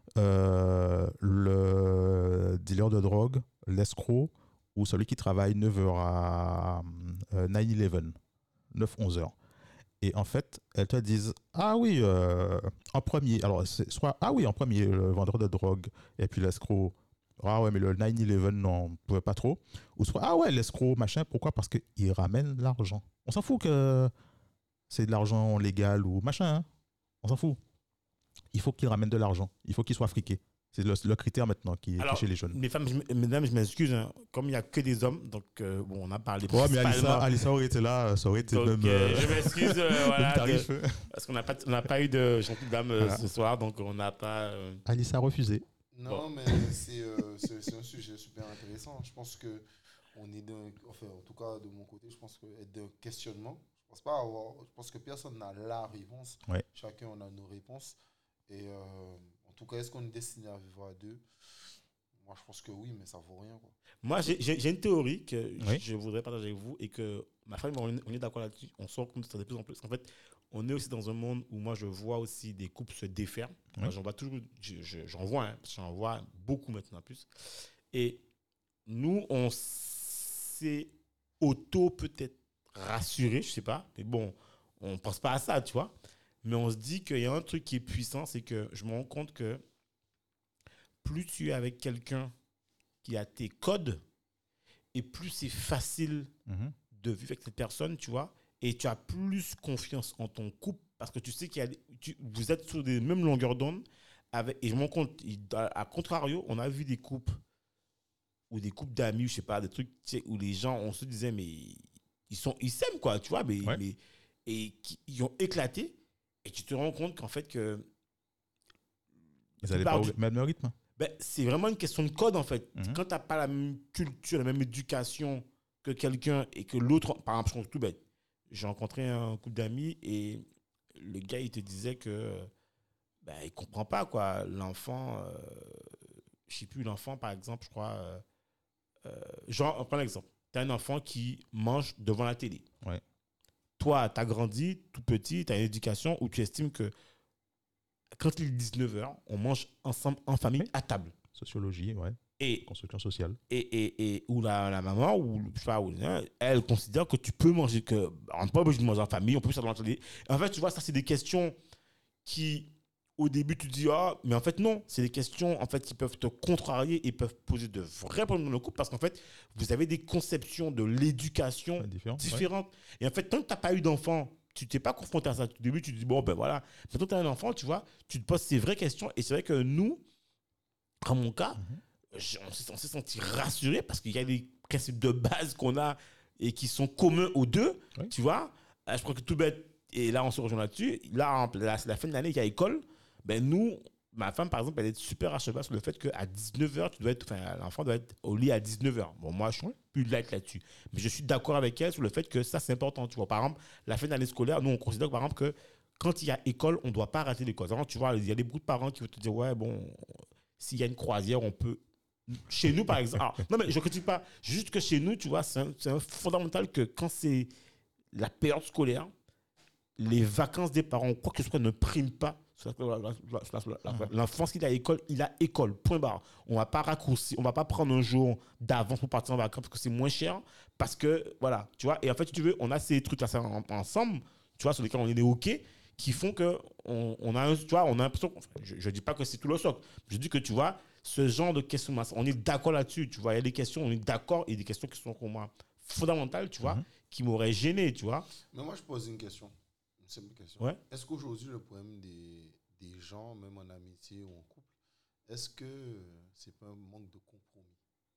Le dealer de drogue, l'escroc ou celui qui travaille 9 heures à 9-11, 9-11 heures. Et en fait, elles te disent, ah oui, en premier, alors c'est soit, ah oui, en premier, le vendeur de drogue, et puis l'escroc, ah ouais, mais le 9-11, non, on ne pouvait pas trop. Ou soit, ah ouais, l'escroc, machin, pourquoi? Parce qu'il ramène l'argent. On s'en fout que c'est de l'argent légal ou machin, hein. On s'en fout. Il faut qu'il ramène de l'argent. Il faut qu'il soit friqué. C'est le critère maintenant qui est chez les jeunes. Mesdames, je m'excuse, hein, comme il n'y a que des hommes, donc bon, on a parlé Ouais, mais Alissa aurait été là, ça aurait été donc, même. je m'excuse, voilà, tarif. parce qu'on n'a pas eu de gentille dame Voilà. ce soir, donc on n'a pas... Alissa a refusé. Non, mais c'est un sujet super intéressant. Je pense que on est enfin, en tout cas de mon côté, je pense que être d'un questionnement. Je pense que personne n'a la réponse. Ouais. Chacun on a nos réponses. Et en tout cas, est-ce qu'on est destiné à vivre à deux? Moi, je pense que oui, mais ça vaut rien, quoi. Moi, j'ai une théorie que Oui. je voudrais partager avec vous et que ma femme, on est d'accord là-dessus. On se rend compte de ça de plus en plus. En fait, on est aussi dans un monde où moi, je vois aussi des couples se défaire. Oui. Moi, j'en vois toujours, j'en vois beaucoup maintenant plus. Et nous, on s'est peut-être rassuré, je sais pas, mais bon, on pense pas à ça, tu vois. Mais on se dit qu'il y a un truc qui est puissant, c'est que je me rends compte que plus tu es avec quelqu'un qui a tes codes, et plus c'est facile Mhm. de vivre avec cette personne, tu vois, et tu as plus confiance en ton couple parce que tu sais vous êtes sur des mêmes longueurs d'onde. Et je me rends compte, à contrario, on a vu des couples ou des couples d'amis, je sais pas, des trucs tu sais, où les gens, on se disait, mais ils s'aiment, quoi, tu vois, Ouais. ils ont éclaté, et tu te rends compte qu'en fait, que Ils n'allaient pas au même rythme. ben, c'est vraiment une question de code, en fait. Mhm. Quand tu n'as pas la même culture, la même éducation que quelqu'un et que l'autre, par exemple, je trouve tout bête. J'ai rencontré un couple d'amis et le gars, il te disait que ben, il ne comprend pas, quoi. L'enfant, je ne sais plus, l'enfant, par exemple, je crois. Genre, on prend l'exemple. Tu as un enfant qui mange devant la télé. Ouais. Toi, tu as grandi tout petit, tu as une éducation où tu estimes que quand il est 19h, on mange ensemble en famille Oui. à table. Sociologie, ouais. Et Construction sociale. et où la maman, ou je sais pas, elle considère que tu peux manger, que on n'est pas obligé de manger en famille, on peut faire dans la. En fait, tu vois, ça, c'est des questions qui, au début, tu dis, ah, mais en fait, non. C'est des questions, en fait, qui peuvent te contrarier et peuvent poser de vrais problèmes dans le couple parce qu'en fait, vous avez des conceptions de l'éducation Ouais, différent, différentes. Et en fait, tant que tu n'as pas eu d'enfant, tu t'es pas confronté à ça. Au début, tu te dis, bon, ben voilà. Mais quand tu as un enfant, tu vois, tu te poses ces vraies questions. Et c'est vrai que nous, dans mon cas, Mhm. on s'est senti rassuré parce qu'il y a des principes de base qu'on a et qui sont communs aux deux, Oui. tu vois. Je crois que tout bête, et là on se rejoint là-dessus, là c'est la fin de l'année, il y a école, ben nous, ma femme par exemple, elle est super à cheval sur le fait qu'à 19h, l'enfant doit être au lit à 19h. Bon, moi je suis plus light là-dessus, mais je suis d'accord avec elle sur le fait que ça c'est important, tu vois. Par exemple, la fin de l'année scolaire, nous on considère par exemple que quand il y a école, on ne doit pas rater l'école. Tu vois, il y a des beaucoup de parents qui vont te dire, ouais, bon, s'il y a une croisière, on peut. Chez nous, par exemple. Alors, non, mais je ne critique pas. Juste que chez nous, tu vois, c'est un fondamental que quand c'est la période scolaire, les vacances des parents, quoi que ce soit, ne priment pas. L'enfant, s'il a école, il a école. Point barre. On ne va pas raccourcir, on ne va pas prendre un jour d'avance pour partir en vacances parce que c'est moins cher. Parce que, voilà, tu vois. Et en fait, si tu veux, on a ces trucs-là ensemble, tu vois, sur lesquels on est OK, qui font que on a, tu vois, on a l'impression. Je ne dis pas que c'est tout le socle. Je dis que, tu vois, ce genre de questions, on est d'accord là-dessus, tu vois. Il y a des questions, on est d'accord, et des questions qui sont pour moi fondamentales, tu vois, qui m'auraient gêné, tu vois. Mais moi, je pose une question. Une simple question. Ouais. Est-ce qu'aujourd'hui, le problème des gens, même en amitié ou en couple, est-ce que c'est pas un manque de compromis?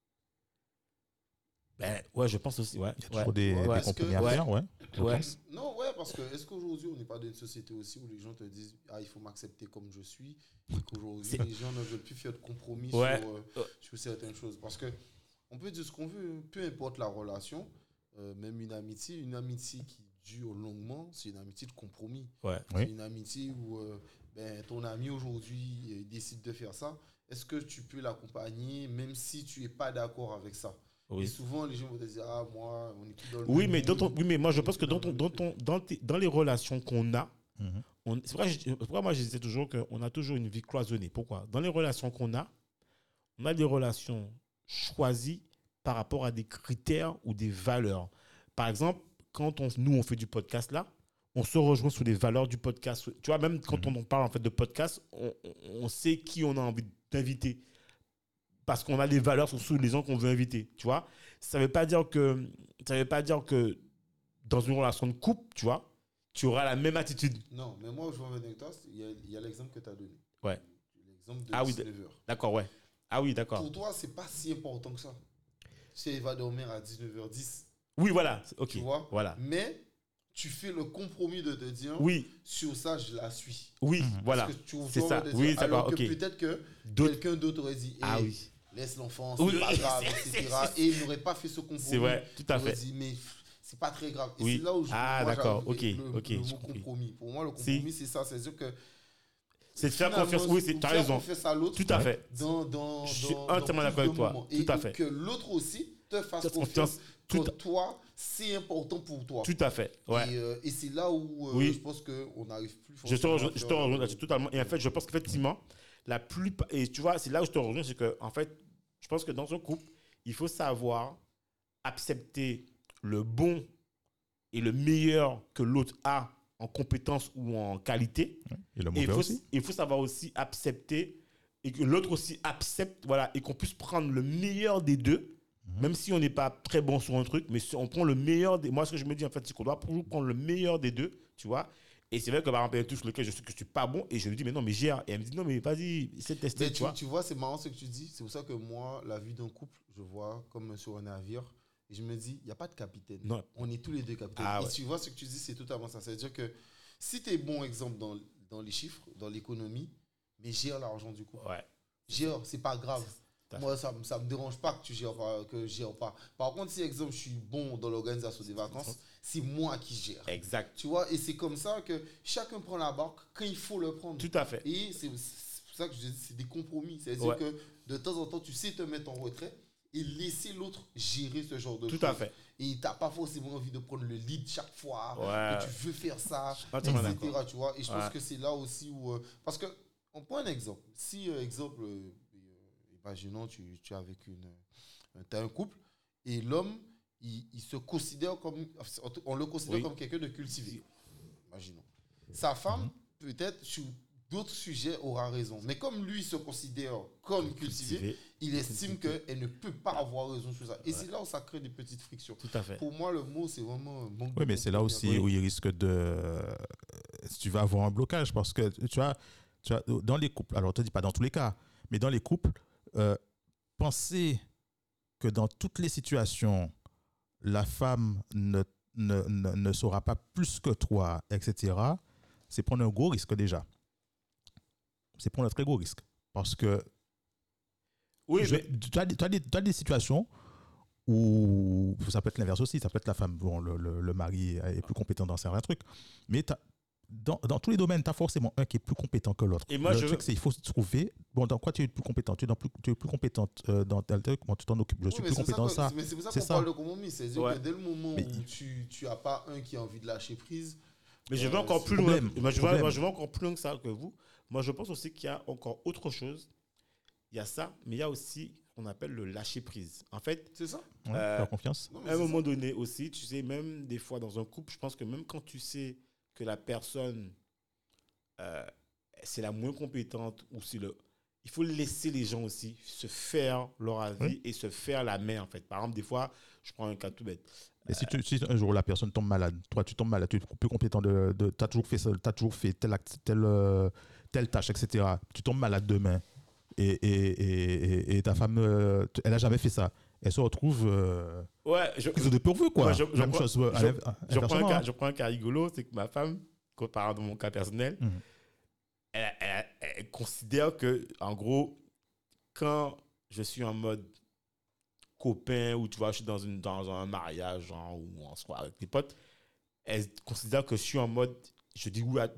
Ben, ouais, je pense aussi, ouais. Il y a toujours des compromis à faire, ouais. Ouais. Non, ouais, parce que est-ce qu'aujourd'hui, on n'est pas dans une société aussi où les gens te disent, ah, il faut m'accepter comme je suis, et qu'aujourd'hui, les gens ne veulent plus faire de compromis sur certaines choses. Parce que on peut dire ce qu'on veut, peu importe la relation, même une amitié qui dure longuement, c'est une amitié de compromis. Ouais. C'est une amitié où ben, ton ami aujourd'hui décide de faire ça, est-ce que tu peux l'accompagner même si tu n'es pas d'accord avec ça? Oui. Et souvent, les gens vont te dire, ah, moi, on est plus dans le Oui, même mood. oui, mais moi, je pense que dans les relations qu'on a, Mhm. c'est pourquoi moi, je disais toujours qu'on a toujours une vie cloisonnée. Pourquoi? Dans les relations qu'on a, on a des relations choisies par rapport à des critères ou des valeurs. Par exemple, quand nous, on fait du podcast là, on se rejoint sur les valeurs du podcast. Tu vois, même quand on parle en fait de podcast, on sait qui on a envie d'inviter. Parce qu'on a des valeurs sur les gens qu'on veut inviter. Tu vois, ça ne veut pas dire que dans une relation de couple, tu vois, tu auras la même attitude. Non, mais moi, je reviens avec toi, il y a l'exemple que tu as donné. Ouais. L'exemple de Ah oui, 19h. d'accord, ouais. Ah oui, d'accord. Pour toi, c'est pas si important que ça. Si elle va dormir à 19h10, Oui, voilà. Ok. tu vois. Voilà. Mais tu fais le compromis de te dire, Oui, sur ça, je la suis. oui, voilà. Parce que tu C'est vois, ça. de dire, Oui, alors d'accord, que ok. peut-être que D'autres- quelqu'un d'autre aurait dit, Ah hey, oui. laisse l'enfant, Oui, c'est pas oui, grave, c'est- etc. Et il n'aurait pas fait ce compromis. C'est vrai, tout à Il aurait fait. dit, mais c'est pas très grave. Et Oui. c'est là où Ah, moi, d'accord, j'arrive ok, avec ok, le j'ai mot compris. compromis. Pour moi, le compromis, c'est ça. C'est-à-dire que C'est de faire finalement, confiance. Oui, tu as faire raison. confiance à l'autre. Tout à fait. Dans Je suis dans entièrement plus d'accord avec de toi. moments. Tout à fait. Et que l'autre aussi te fasse Fasse confiance. tout Que toi, c'est important pour toi. Tout à fait. Ouais. Et c'est là où Oui. je pense qu'on n'arrive plus Je te forcément à rejoins, faire là-dessus totalement. Et en fait, je pense qu'effectivement, la plupart. Et tu vois, c'est là où je te rejoins, c'est que, en fait, je pense que dans un couple, il faut savoir accepter le bon et le meilleur que l'autre a en compétence ou en qualité. Et le Et mauvais aussi. il faut savoir aussi accepter et que l'autre aussi accepte, voilà, et qu'on puisse prendre le meilleur des deux, même si on n'est pas très bon sur un truc, mais si on prend le meilleur des... Moi, ce que je me dis, en fait, c'est qu'on doit toujours prendre le meilleur des deux, tu vois. Et c'est vrai que, par exemple, il y a tout sur lequel je sais que je suis pas bon, et je lui dis, mais non, mais gère. Et elle me dit, non, mais vas-y, essaie de tester, Mais tu vois. tu vois, c'est marrant ce que tu dis. C'est pour ça que moi, la vie d'un couple, je vois comme sur un navire. Et je me dis, il n'y a pas de capitaine. Non. On est tous les deux capitaines. Ah et ouais. tu vois, ce que tu dis, c'est totalement ça. C'est-à-dire que si tu es bon exemple dans les chiffres, dans l'économie, mais gère l'argent du couple. Ouais. Gère, c'est pas grave. Tout à fait. Moi, ça me dérange pas que tu gères pas, que je gère pas. Par contre, si, exemple, je suis bon dans l'organisation des vacances, c'est moi qui gère. Exact. Tu vois, et c'est comme ça que chacun prend la barque quand il faut le prendre. Tout à fait. Et c'est pour ça que je dis, c'est des compromis. C'est-à-dire Ouais. que de temps en temps, tu sais te mettre en retrait et laisser l'autre gérer ce genre de Tout choses. à fait. Et tu n'as pas forcément envie de prendre le lead chaque fois, Ouais. que tu veux faire ça, Entièrement etc. d'accord. Tu vois, et je pense Ouais. que c'est là aussi où... parce que, on prend un exemple. Si, exemple, imaginons, tu es avec t'as un couple et l'homme, il se considère comme... On le considère Oui. comme quelqu'un de cultivé. Imaginons. Sa femme, peut-être, sur d'autres sujets, aura raison. Mais comme lui se considère comme cultivé, il estime qu'elle ne peut pas avoir raison sur ça. Et c'est là où ça crée des petites frictions. Tout à fait. Pour moi, le mot, c'est vraiment un manque Oui, de mais c'est là aussi compréhension. où il risque de... Tu vas avoir un blocage parce que, tu vois, dans les couples, alors je ne te dis pas dans tous les cas, mais dans les couples, penser que dans toutes les situations, la femme ne saura pas plus que toi, etc., c'est prendre un gros risque déjà. C'est prendre un très gros risque. Parce que Oui, mais tu as des situations où ça peut être l'inverse aussi, ça peut être la femme, bon, le mari est plus compétent dans certains trucs, mais dans tous les domaines, tu as forcément un qui est plus compétent que l'autre. Et moi, le truc, c'est qu'il faut se trouver, bon, dans quoi tu es plus compétent, tu es plus compétente dans tel truc, moi tu t'en occupes, je suis Oui, plus mais compétent dans ça. Mais c'est pour ça C'est qu'on ça. parle de compromis. C'est-à-dire Ouais. que dès le moment Mais où tu n'as pas un qui a envie de lâcher prise, je vais encore c'est plus loin. problème, Moi, je problème. vais encore plus loin que ça que vous. Moi, je pense aussi qu'il y a encore autre chose. Il y a ça, mais il y a aussi ce qu'on appelle le lâcher prise. En fait, c'est ça. Ouais, faire confiance. Non, mais à un c'est moment donné aussi, tu sais, même des fois dans un couple, je pense que même quand tu sais que la personne, c'est la moins compétente, ou c'est il faut laisser les gens aussi se faire leur avis Oui. et se faire la main, en fait. Par exemple, des fois, je prends un cas tout bête. Et si un jour la personne tombe malade, toi tu tombes malade, tu es plus compétent tu as toujours fait ça, tu as toujours fait telle tâche, etc. Tu tombes malade demain et ta femme, elle n'a jamais fait ça. Elle se retrouve Ouais, prise au dépourvu, quoi. Ouais, je Même prends- chose. je prends un cas rigolo, c'est que ma femme, par exemple, dans mon cas personnel, Mhm. elle considère que, en gros, quand je suis en mode copain ou tu vois, je suis dans un mariage genre, ou en soirée avec mes potes, elle considère que je suis en mode je dis oui à,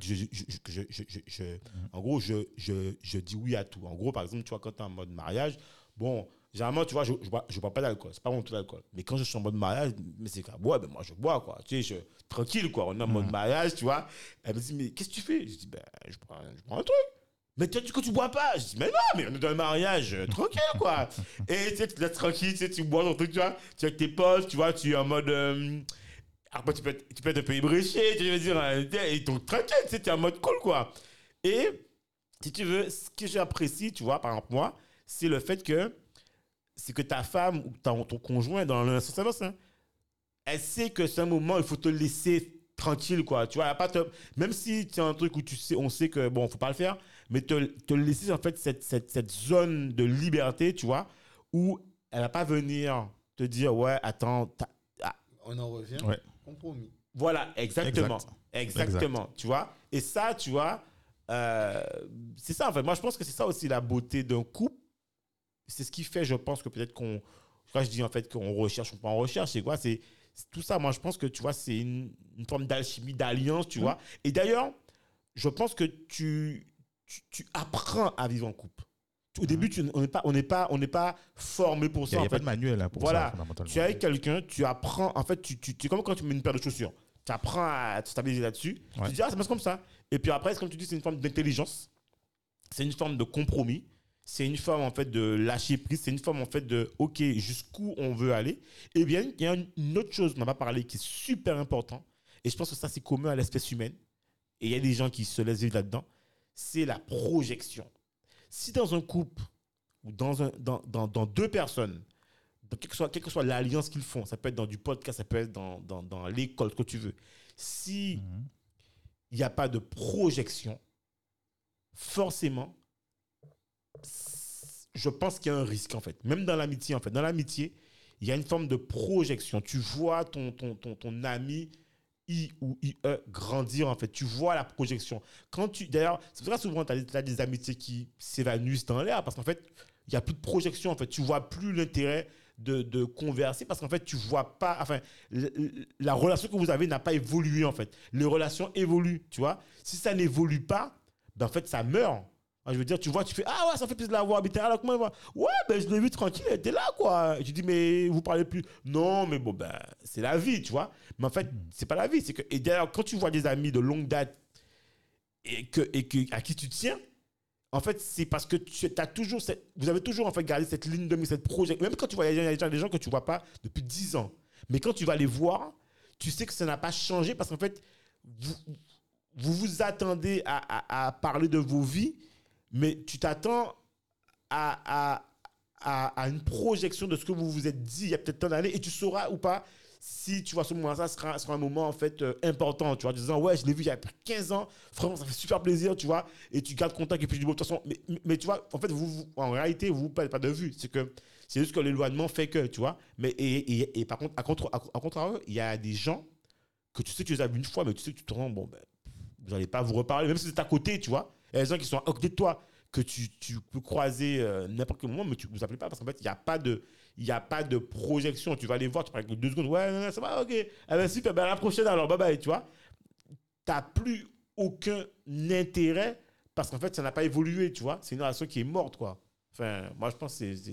en gros, je dis oui à tout. En gros, par exemple, tu vois, quand tu es en mode mariage, bon, généralement, tu vois, je bois pas d'alcool. C'est pas mon tout d'alcool. Mais quand je suis en mode mariage, mais c'est comme, ouais, ben moi, je bois, quoi. Tu sais, tranquille, quoi. On est en mode mariage, tu vois. Elle me dit, mais qu'est-ce que tu fais? Je dis, ben, je prends un truc. Mais tu dis que tu bois pas. Je dis, mais non, mais on est dans le mariage, tranquille, quoi. Et tu sais, tu te laisses tranquille, tu sais, tu bois ton truc, tu vois. Tu es avec tes potes, tu vois, tu es en mode. Après, tu peux être un peu ébréché, tu veux dire, et donc tranquille, tu sais, tu es en mode cool, quoi. Et si tu veux, ce que j'apprécie, tu vois, par exemple, moi, c'est le fait que c'est que ta femme ou ton conjoint, dans l'instant, hein, elle sait que c'est un moment, il faut te laisser tranquille, quoi. Tu vois, elle a pas même si tu as un truc où tu sais, on sait que, bon, faut pas le faire, mais te laisser, en fait, cette zone de liberté, tu vois, où elle va pas venir te dire, ouais, attends, on en revient. Ouais. Compromis. Voilà, exactement. Exactement. Tu vois, et ça, tu vois, c'est ça, en fait. Moi, je pense que c'est ça aussi la beauté d'un couple. C'est ce qui fait, je pense, que peut-être quand je dis en fait qu'on recherche, on pas en recherche, c'est quoi? C'est tout ça. Moi, je pense que tu vois, c'est une forme d'alchimie, d'alliance, tu vois. Et d'ailleurs, je pense que tu apprends à vivre en couple. Au début, on n'est pas formé pour ça. Il n'y a pas de manuel hein, pour voilà. ça, fondamentalement. Tu es avec quelqu'un, tu apprends. En fait, tu comme quand tu mets une paire de chaussures. Tu apprends à te stabiliser là-dessus. Ouais. Tu dis, ah, ça passe comme ça. Et puis après, comme tu dis, c'est une forme d'intelligence. C'est une forme de compromis. C'est une forme, en fait, de lâcher prise. C'est une forme, en fait, de, OK, jusqu'où on veut aller. Et bien, il y a une autre chose dont on n'a pas parlé qui est super important. Et je pense que ça, c'est commun à l'espèce humaine. Et il y a des gens qui se laissent vivre là-dedans. C'est la projection. Si dans un couple ou dans deux personnes, quelle que soit l'alliance qu'ils font, ça peut être dans du podcast, ça peut être dans l'école, ce que tu veux. Si il n'y a pas de projection, forcément, je pense qu'il y a un risque, en fait. Même dans l'amitié, en fait. Dans l'amitié, il y a une forme de projection. Tu vois ton ami I ou IE grandir, en fait. Tu vois la projection. D'ailleurs, c'est pour ça que souvent, tu as des amitiés qui s'évanouissent dans l'air parce qu'en fait, il n'y a plus de projection, en fait. Tu ne vois plus l'intérêt de converser parce qu'en fait, tu vois pas... Enfin, la relation que vous avez n'a pas évolué, en fait. Les relations évoluent, tu vois. Si ça n'évolue pas, ben, en fait, ça meurt. Je veux dire, tu vois, tu fais, ah ouais, ça fait plaisir de la voir habiter. Alors comment il va? Ouais, ben je l'ai vu tranquille, elle était là, quoi. Et tu dis, mais vous parlez plus? Non, mais bon, ben, c'est la vie, tu vois. Mais en fait, c'est pas la vie. C'est que, et d'ailleurs, quand tu vois des amis de longue date à qui tu tiens, en fait, c'est parce que vous avez toujours en fait gardé cette ligne de mise, cette projet. Même quand tu vois, il y a des gens que tu vois pas depuis 10 ans. Mais quand tu vas les voir, tu sais que ça n'a pas changé parce qu'en fait, vous attendez à parler de vos vies. Mais tu t'attends à une projection de ce que vous vous êtes dit il y a peut-être tant d'années et tu sauras ou pas si tu vois ce moment-là, ça sera un moment en fait important, tu vois, en disant ouais, je l'ai vu il y a 15 ans, franchement, ça fait super plaisir, tu vois, et tu gardes contact et puis du bon, de toute façon, mais tu vois, en fait, en réalité, vous ne perdez pas de vue, c'est juste que l'éloignement fait que, tu vois, mais et par contre, à contrario, il y a des gens que tu sais que tu les as vus une fois, mais tu sais que tu te rends, bon, ben, vous n'allez pas vous reparler, même si c'est à côté, tu vois. Il y a des gens qui sont à côté de toi, que tu peux croiser n'importe quel moment, mais tu ne vous appelez pas parce qu'en fait, il n'y a pas de projection. Tu vas aller voir, tu parles avec 2 secondes, ouais, non, ça va, ok. Ah ben super, ben à la prochaine alors, bye bye, tu vois. Tu n'as plus aucun intérêt parce qu'en fait, ça n'a pas évolué, tu vois. C'est une relation qui est morte, quoi. Enfin, moi, je pense que c'est...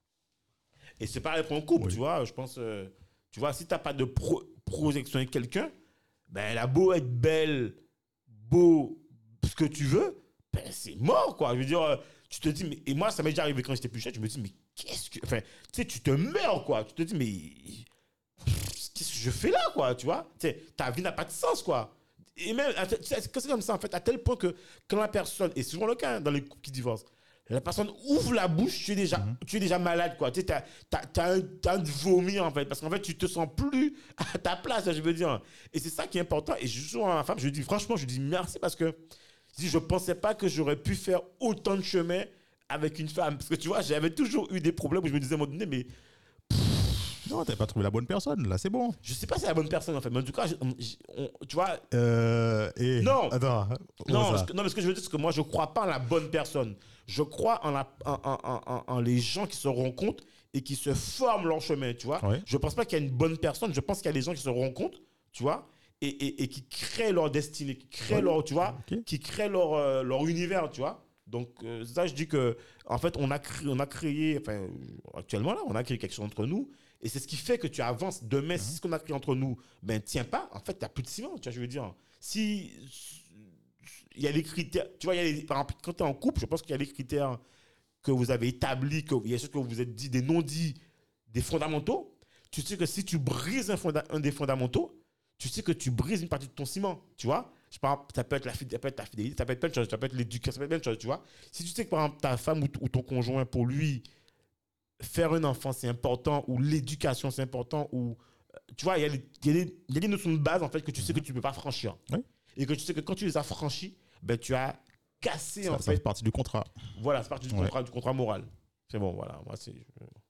Et c'est pareil pour un couple, tu vois. Je pense, tu vois, si tu n'as pas de projection avec quelqu'un, ben, elle a beau être belle, beau, ce que tu veux, ben c'est mort, quoi. Je veux dire, tu te dis, mais... Et moi, ça m'est déjà arrivé quand j'étais plus jeune, je me dis, mais qu'est-ce que... Enfin, tu sais, tu te meurs, quoi. Tu te dis, mais qu'est-ce que je fais là, quoi, tu vois? Tu sais, ta vie n'a pas de sens, quoi. Et même, c'est comme ça, en fait, à tel point que quand la personne, et c'est souvent le cas hein, dans les couples qui divorcent, la personne ouvre la bouche, tu es déjà malade, quoi. Tu sais, t'as un vomi, en fait, parce qu'en fait, tu te sens plus à ta place, je veux dire. Et c'est ça qui est important. Et je dis à ma femme, je dis, franchement, je dis merci parce que je pensais pas que j'aurais pu faire autant de chemin avec une femme. Parce que tu vois, j'avais toujours eu des problèmes où je me disais à un moment donné, mais... Non, t'as pas trouvé la bonne personne, là, c'est bon. Je sais pas si c'est la bonne personne, en fait, mais en tout cas, tu vois... Non. Attends. Non, mais ce que je veux dire, c'est que moi, je crois pas en la bonne personne. Je crois en les gens qui se rencontrent et qui se forment leur chemin, tu vois. Ouais. Je pense pas qu'il y a une bonne personne, je pense qu'il y a des gens qui se rencontrent, tu vois, et qui créent leur destinée, qui créent leur, tu vois, qui créent leur univers, tu vois. Donc, ça, je dis que, en fait, on a créé, enfin, actuellement, là, on a créé quelque chose entre nous. Et c'est ce qui fait que tu avances. Demain, si ce qu'on a créé entre nous, ben, tient pas, en fait, tu n'as plus de ciment, tu vois, je veux dire. Si il y a des critères, tu vois, par exemple, quand tu es en couple, je pense qu'il y a des critères que vous avez établis, il y a ce que vous vous êtes dit, des non-dits, des fondamentaux. Tu sais que si tu brises un des fondamentaux, tu sais que tu brises une partie de ton ciment, tu vois. Ça peut être la fidélité, ça peut être plein de choses, ça peut être l'éducation, ça peut être plein de choses, tu vois. Si tu sais que, par exemple, ta femme ou ton conjoint, pour lui, faire un enfant, c'est important, ou l'éducation, c'est important, ou, tu vois, il y a des notions de base, en fait, que tu sais que tu ne peux pas franchir. Oui. Et que tu sais que quand tu les as franchis, ben, tu as cassé, Ça, en ça fait. fait partie du contrat. Voilà, c'est partie du contrat moral. C'est bon, voilà. Moi, c'est...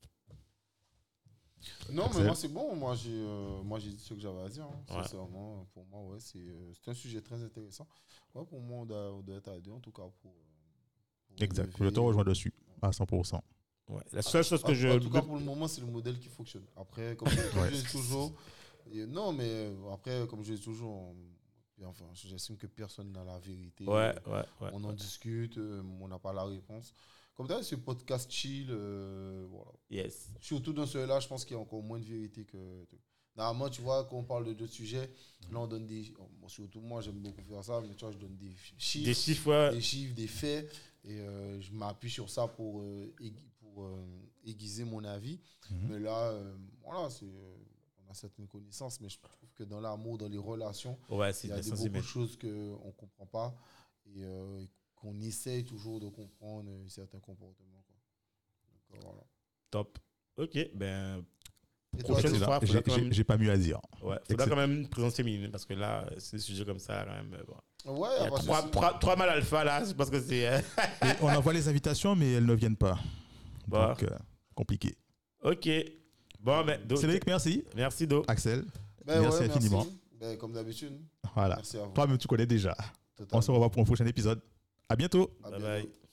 Non, mais moi, c'est bon. Moi, j'ai dit ce que j'avais à dire. Sincèrement, pour moi, ouais, c'est un sujet très intéressant. Ouais, pour moi, on doit être à deux, en tout cas. Pour exact. Je te rejoins dessus, à 100%. Ouais. La seule chose que En tout cas, pour le moment, c'est le modèle qui fonctionne. Après, comme je dis toujours... Non, mais après, comme je dis toujours... Enfin, j'estime que personne n'a la vérité. On en discute, on n'a pas la réponse. Comme ça, ce podcast chill, voilà. Yes. Surtout dans celui-là, je pense qu'il y a encore moins de vérité que... Normalement, tu vois, quand on parle de d'autres sujets, là, on donne des... Bon, surtout moi, j'aime beaucoup faire ça, mais tu vois, je donne des chiffres. Des chiffres, des chiffres, des faits, et je m'appuie sur ça pour aiguiser mon avis. Mais là, voilà, on a certaines connaissances, mais je trouve que dans l'amour, dans les relations, il y a beaucoup de choses qu'on ne comprend pas et qu'on essaye toujours de comprendre certains comportements. Quoi. Donc, voilà. Top. Ok, ben... Prochaine fois, j'ai pas mieux à dire. Ouais, il faudra quand même une présence féminine, parce que là, c'est un sujet comme ça, quand même... Bon. Ouais, il y a trois mâles alpha, là, c'est parce que c'est... Et on envoie les invitations, mais elles ne viennent pas. Bon. Donc, compliqué. Ok. Bon, ben... Cédric, merci. Merci, Do. Axel, merci infiniment. Ben, comme d'habitude. Voilà. Merci à vous. Toi-même, tu connais déjà. Totalement. On se revoit pour un prochain épisode. À bientôt. Bye bye.